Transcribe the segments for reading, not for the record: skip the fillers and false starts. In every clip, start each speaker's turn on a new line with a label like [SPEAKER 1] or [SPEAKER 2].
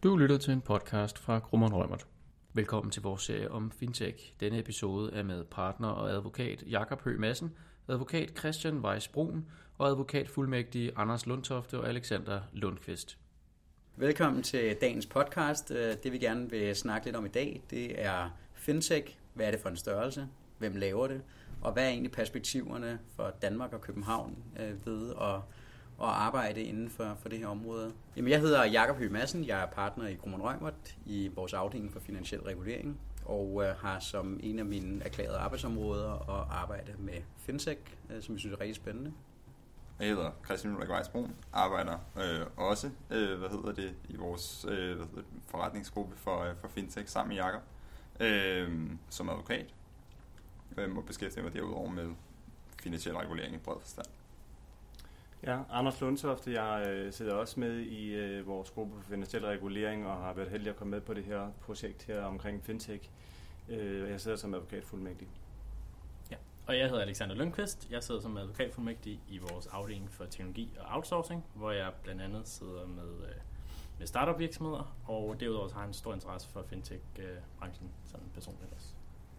[SPEAKER 1] Du lytter til en podcast fra Krummeren Rømert. Velkommen til vores serie om fintech. Denne episode er med partner og advokat Jakob Høgh Madsen, advokat Christian Weiss Brun og advokatfuldmægtige Anders Lundtofte og Alexander Lundqvist.
[SPEAKER 2] Velkommen til dagens podcast. Det vi gerne vil snakke lidt om i dag, det er fintech. Hvad er det for en størrelse? Hvem laver det? Og hvad er egentlig perspektiverne for Danmark og København ved at arbejde inden for det her område? Jamen, jeg hedder Jakob Høgh Madsen. Jeg er partner i Krummeren Rømert i vores afdeling for finansiel regulering og har som en af mine erklærede arbejdsområder at arbejde med fintech, som jeg synes er rigtig spændende.
[SPEAKER 3] Jeg hedder Christian Weiss Brun, arbejder også i vores forretningsgruppe for fintech sammen med Jakob som advokat. Og beskæftiger mig derudover med finansiel regulering i bred forstand.
[SPEAKER 4] Ja, Anders Lundtofte, jeg sidder også med i vores gruppe for finansiel regulering og har været heldig at komme med på det her projekt her omkring fintech. Jeg sidder som advokatfuldmægtig.
[SPEAKER 5] Ja, og jeg hedder Alexander Lundqvist. Jeg sidder som advokatfuldmægtig i vores afdeling for teknologi og outsourcing, hvor jeg blandt andet sidder med startup virksomheder, og derudover har jeg en stor interesse for fintech-branchen sådan personligt også.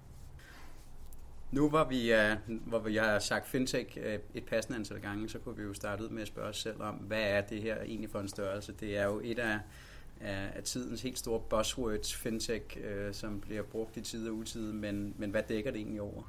[SPEAKER 2] Nu hvor vi har sagt fintech et passende antal gange, så kunne vi jo starte ud med at spørge os selv om, hvad er det her egentlig for en størrelse? Det er jo et af tidens helt store buzzwords, fintech, som bliver brugt i tid og utid, men hvad dækker det egentlig over?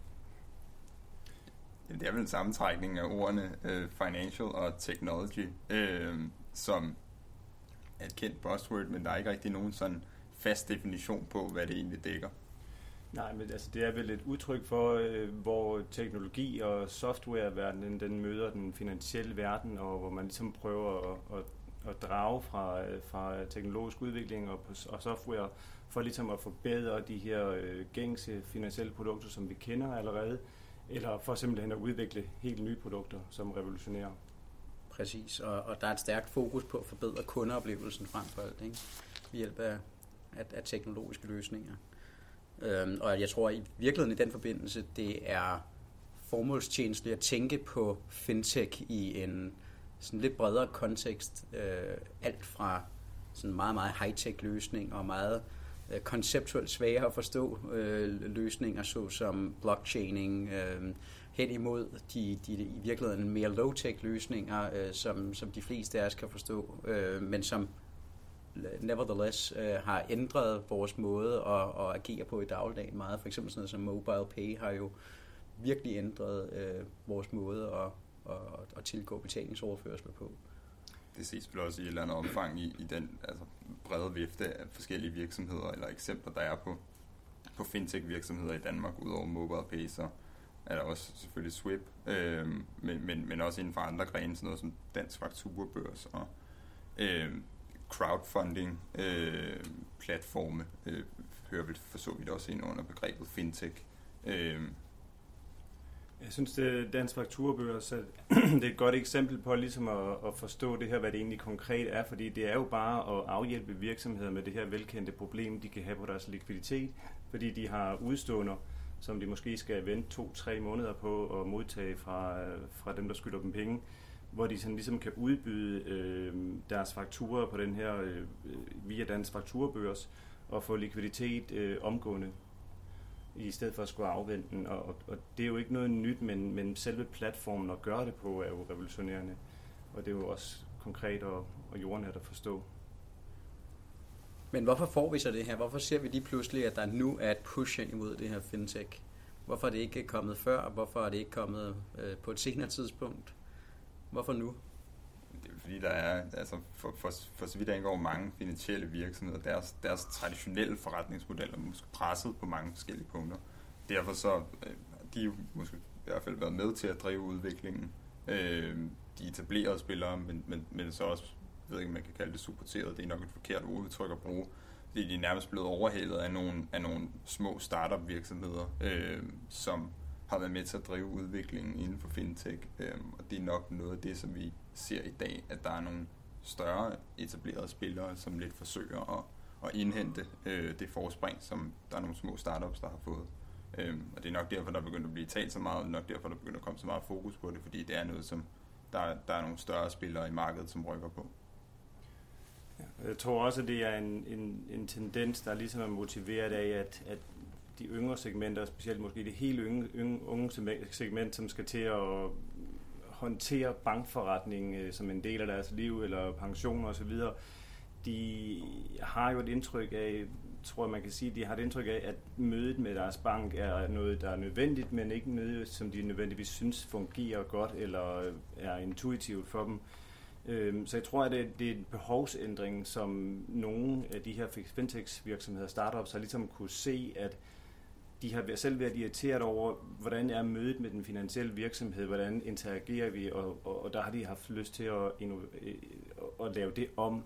[SPEAKER 3] Det er vel en sammentrækning af ordene financial og technology, som er et kendt buzzword, men der er ikke rigtig nogen sådan fast definition på, hvad det egentlig dækker.
[SPEAKER 4] Nej, men altså, det er vel et udtryk for, hvor teknologi og softwareverdenen den møder den finansielle verden, og hvor man ligesom prøver at drage fra teknologisk udvikling og software for ligesom at forbedre de her gængse finansielle produkter, som vi kender allerede, eller for simpelthen at udvikle helt nye produkter, som revolutionerer.
[SPEAKER 2] Præcis, og der er et stærkt fokus på at forbedre kundeoplevelsen frem for alt, ikke? Ved hjælp af teknologiske løsninger. Og jeg tror i virkeligheden i den forbindelse, det er formålstjenestligt at tænke på fintech i en sådan lidt bredere kontekst. Alt fra sådan meget, meget high-tech løsninger og meget konceptuelt svære at forstå løsninger, såsom blockchaining, hen imod de i virkeligheden mere low-tech løsninger, som de fleste af os kan forstå, men som nevertheless har ændret vores måde at agere på i dagligdagen meget. For eksempel sådan noget som Mobile Pay har jo virkelig ændret vores måde at tilgå betalingsoverførsler på.
[SPEAKER 3] Det ses vel også i et eller andet omfang i den brede vifte af forskellige virksomheder eller eksempler, der er på fintech-virksomheder i Danmark. Udover Mobile Pay, så er der også selvfølgelig Swip, men også inden for andre grene, sådan noget som Dansk Fakturabørs og crowdfunding platforme hører vel for så vidt også ind under begrebet fintech.
[SPEAKER 4] Jeg synes, det Dansk Fakturabørs det er et godt eksempel på ligesom at forstå det her, hvad det egentlig konkret er, fordi det er jo bare at afhjælpe virksomheder med det her velkendte problem, de kan have på deres likviditet, fordi de har udståender, som de måske skal vente 2-3 måneder på at modtage fra dem, der skylder dem penge, hvor de sådan ligesom kan udbyde deres fakturer på den her via Dansk Fakturabørs og få likviditet omgående i stedet for at skulle afvente den. Og det er jo ikke noget nyt, men selve platformen at gøre det på er jo revolutionerende, og det er jo også konkret og jordnært at forstå.
[SPEAKER 2] Men hvorfor får vi så det her? Hvorfor ser vi lige pludselig, at der nu er et push hen imod det her fintech? Hvorfor er det ikke kommet før? Hvorfor er det ikke kommet på et senere tidspunkt? Hvorfor nu?
[SPEAKER 3] Det er fordi, der er, for så vidt angår mange finansielle virksomheder, deres traditionelle forretningsmodeller er måske presset på mange forskellige punkter. Derfor så de jo måske i hvert fald været med til at drive udviklingen. De etablerede spillere, men så også, jeg ved ikke, man kan kalde det supporteret, det er nok et forkert udtryk at bruge, fordi de er nærmest blevet overhalet af nogle små startup virksomheder, som har været med til at drive udviklingen inden for fintech, og det er nok noget af det, som vi ser i dag, at der er nogle større etablerede spillere, som lidt forsøger at indhente det forspring, som der er nogle små startups, der har fået. Og det er nok derfor, der er begyndt at blive talt så meget, og nok derfor, der er begyndt at komme så meget fokus på det, fordi det er noget, som der er nogle større spillere i markedet, som rykker på.
[SPEAKER 4] Jeg tror også, at det er en tendens, der ligesom er motiveret af, at de yngre segmenter, specielt måske det helt unge segment, som skal til at håndtere bankforretning som en del af deres liv, eller pensioner osv., de har jo et indtryk af, tror jeg man kan sige, de har et indtryk af, at mødet med deres bank er noget, der er nødvendigt, men ikke noget, som de nødvendigvis synes fungerer godt, eller er intuitivt for dem. Så jeg tror, at det er en behovsændring, som nogle af de her fintech-virksomheder, startups, har ligesom kunne se, at de har selv været irriteret over, hvordan er mødet med den finansielle virksomhed, hvordan interagerer vi, og der har de haft lyst til at lave det om,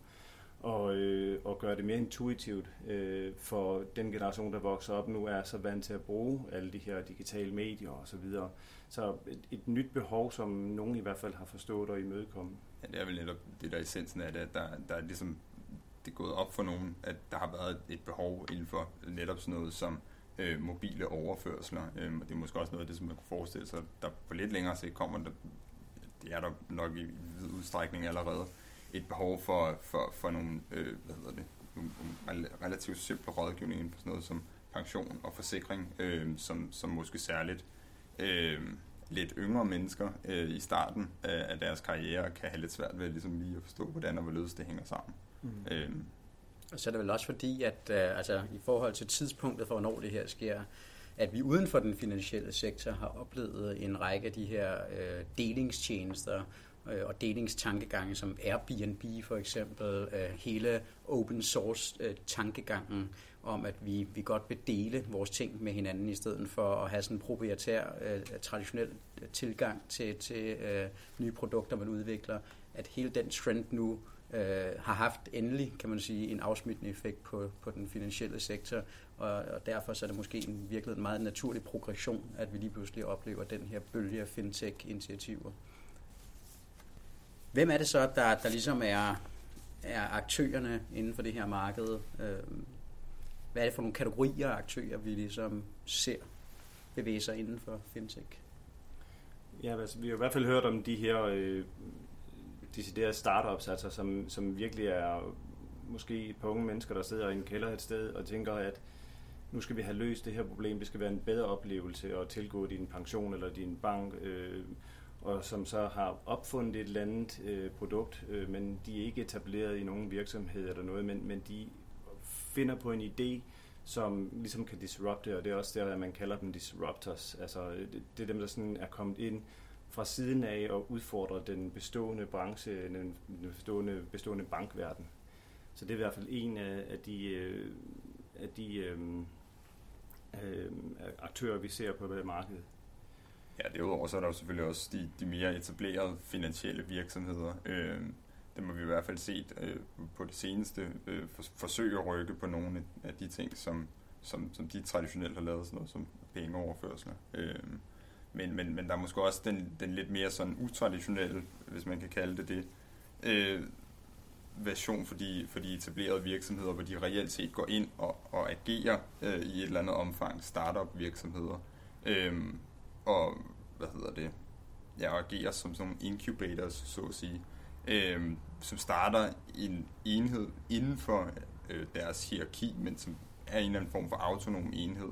[SPEAKER 4] og gøre det mere intuitivt for den generation, der vokser op nu, er så vant til at bruge alle de her digitale medier og så videre. Så et nyt behov, som nogen i hvert fald har forstået og imødekomme.
[SPEAKER 3] Ja, det er vel netop det, der essensen af det, at der er ligesom, det er gået op for nogen, at der har været et behov inden for netop sådan noget som mobile overførsler. Og det er måske også noget af det, som man kunne forestille sig, der på lidt længere sigt kommer, det er der nok i vid udstrækning allerede, et behov for nogle, nogle relativt simple rådgivning inden for sådan noget som pension og forsikring, som måske særligt lidt yngre mennesker i starten af deres karriere kan have lidt svært ved ligesom lige at forstå, hvordan og hvorledes det hænger sammen.
[SPEAKER 2] Og så er det vel også fordi, at i forhold til tidspunktet for, hvornår det her sker, at vi uden for den finansielle sektor har oplevet en række af de her delingstjenester og delingstankegange som Airbnb for eksempel, hele open source tankegangen om, at vi godt vil dele vores ting med hinanden, i stedet for at have sådan en proprietær, traditionel tilgang til nye produkter, man udvikler, at hele den trend nu har haft endelig, kan man sige, en afsmittende effekt på den finansielle sektor, og derfor så er det måske virkelig en meget naturlig progression, at vi lige pludselig oplever den her bølge af fintech-initiativer. Hvem er det så, der ligesom er aktørerne inden for det her marked? Hvad er det for nogle kategorier af aktører, vi ligesom ser bevæge sig inden for fintech?
[SPEAKER 4] Ja, altså, vi har i hvert fald hørt om de her deciderede startups, altså, som virkelig er måske et par unge mennesker, der sidder i en kælder et sted og tænker, at nu skal vi have løst det her problem, det skal være en bedre oplevelse at tilgå din pension eller din bank, og som så har opfundet et eller andet produkt, men de er ikke etableret i nogen virksomhed eller noget, men de finder på en idé, som ligesom kan disrupte, og det er også der, man kalder dem disruptors. Altså, det er dem, der sådan er kommet ind fra siden af og udfordrer den bestående branche, den bestående bankverden. Så det er i hvert fald en af de aktører, vi ser på markedet.
[SPEAKER 3] Ja, derudover så er der jo selvfølgelig også de mere etablerede finansielle virksomheder. Det må vi i hvert fald set på det seneste forsøge at rykke på nogle af de ting, som de traditionelt har lavet, sådan noget som pengeoverførsler. Men der er måske også den lidt mere sådan utraditionelle, hvis man kan kalde det, version for de etablerede virksomheder, hvor de reelt set går ind og agerer i et eller andet omfang, startup virksomheder, og agerer som sådan nogle incubators, så at sige, som starter en enhed inden for deres hierarki, men som er en eller anden form for autonom enhed,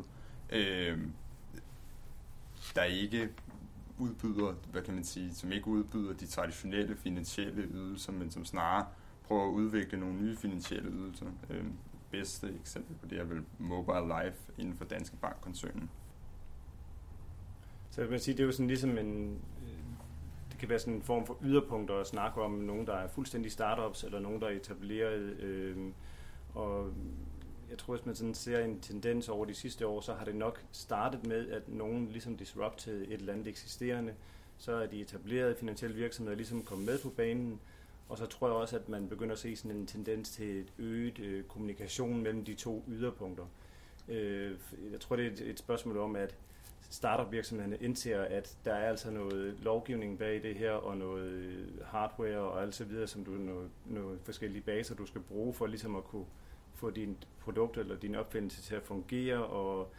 [SPEAKER 3] der ikke udbyder, som ikke udbyder de traditionelle finansielle ydelser, men som snarere prøver at udvikle nogle nye finansielle ydelser. Bedste eksempel på det er vel Mobile Life inden for Danske Bank-koncernen.
[SPEAKER 4] Så jeg vil sige, det er jo sådan ligesom det kan være sådan en form for yderpunkter at snakke om nogen, der er fuldstændig startups, eller nogen, der er etableret. Og jeg tror, hvis man sådan ser en tendens over de sidste år, så har det nok startet med, at nogen ligesom disruptede et eller andet eksisterende. Så er de etablerede finansielle virksomheder ligesom kommet med på banen. Og så tror jeg også, at man begynder at se sådan en tendens til et øget kommunikation mellem de to yderpunkter. Jeg tror, det er et spørgsmål om, at startup-virksomhederne indser, at der er altså noget lovgivning bag det her, og noget hardware og alt så videre, som du nogle forskellige baser, du skal bruge for ligesom at kunne få din produkt eller din opfindelse til at fungere, og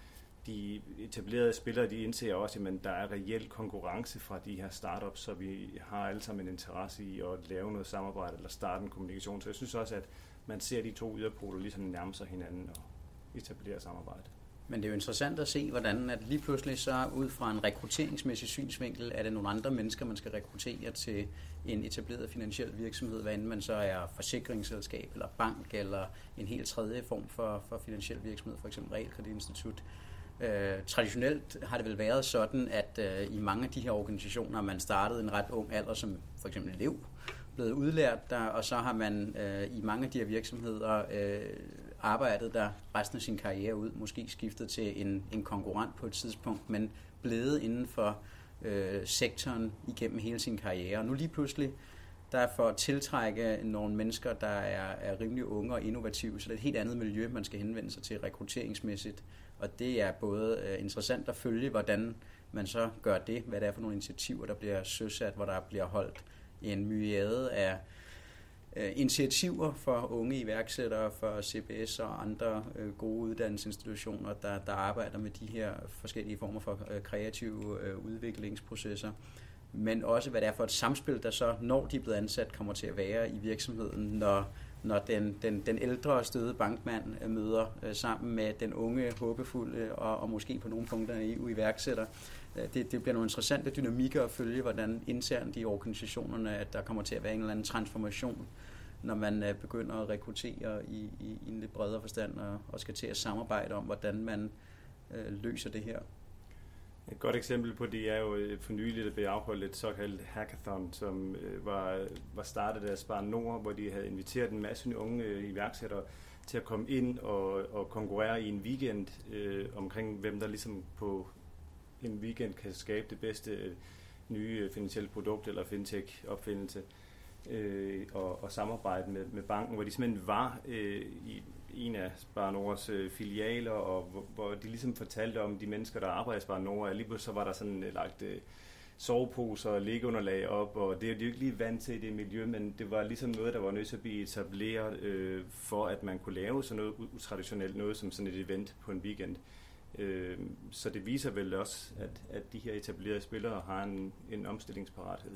[SPEAKER 4] de etablerede spillere, de indser også, at der er reel konkurrence fra de her startups, så vi har alle sammen en interesse i at lave noget samarbejde eller starte en kommunikation. Så jeg synes også, at man ser de to yderpoler ligesom nærme sig hinanden og etablere samarbejde.
[SPEAKER 2] Men det er jo interessant at se, hvordan at lige pludselig så ud fra en rekrutteringsmæssig synsvinkel, er det nogle andre mennesker, man skal rekruttere til en etableret finansiel virksomhed, hvad enten man så er forsikringsselskab eller bank eller en helt tredje form for finansiel virksomhed, f.eks. realkreditinstitut. Traditionelt har det vel været sådan, at i mange af de her organisationer, man startede en ret ung alder, som for eksempel elev, blevet udlært der, og så har man i mange af de her virksomheder arbejdet der resten af sin karriere ud, måske skiftet til en konkurrent på et tidspunkt, men blevet inden for sektoren igennem hele sin karriere. Og nu lige pludselig, der er for at tiltrække nogle mennesker, der er rimelig unge og innovative, så det er et helt andet miljø, man skal henvende sig til rekrutteringsmæssigt. Og det er både interessant at følge, hvordan man så gør det, hvad det er for nogle initiativer, der bliver søsat, hvor der bliver holdt en myriade af initiativer for unge iværksættere, for CBS og andre gode uddannelsesinstitutioner, der arbejder med de her forskellige former for kreative udviklingsprocesser. Men også hvad det er for et samspil, der så, når de er blevet ansat, kommer til at være i virksomheden, når den ældre støde bankmand møder sammen med den unge, håbefulde og måske på nogle punkter EU-iværksætter. Det bliver nogle interessante dynamikker at følge, hvordan internt i organisationerne, at der kommer til at være en eller anden transformation, når man begynder at rekruttere i en lidt bredere forstand og skal til at samarbejde om, hvordan man løser det her.
[SPEAKER 4] Et godt eksempel på det er jo for nylig, der blev afholdt et såkaldt hackathon, som var startet af Spar Nord, hvor de havde inviteret en masse unge iværksættere til at komme ind og konkurrere i en weekend omkring, hvem der ligesom på en weekend kan skabe det bedste nye finansielle produkt eller fintech-opfindelse og samarbejde med banken, hvor de simpelthen var i en af Spar Nords filialer, og hvor de ligesom fortalte om de mennesker, der arbejder i Spar Nord, og lige pludselig så var der sådan lagt soveposer og liggeunderlag op, og det er de jo ikke lige vant til i det miljø, men det var ligesom noget, der var nødt til at blive etableret for, at man kunne lave sådan noget utraditionelt, noget som sådan et event på en weekend. Så det viser vel også, at de her etablerede spillere har en omstillingsparathed.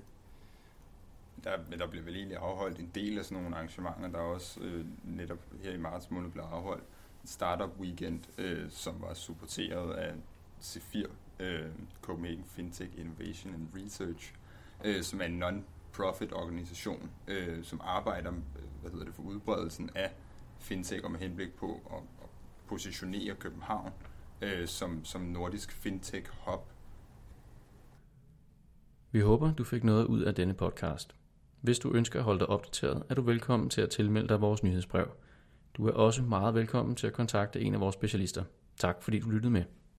[SPEAKER 3] Der blev vel egentlig afholdt en del af sådan nogle arrangementer, der også netop her i marts måned blev afholdt en startup weekend, som var supporteret af C4, Copenhagen Fintech Innovation and Research, som er en non-profit organisation, som arbejder for udbredelsen af fintech og med henblik på at positionere København som nordisk fintech hub.
[SPEAKER 1] Vi håber, du fik noget ud af denne podcast. Hvis du ønsker at holde dig opdateret, er du velkommen til at tilmelde dig vores nyhedsbrev. Du er også meget velkommen til at kontakte en af vores specialister. Tak fordi du lyttede med.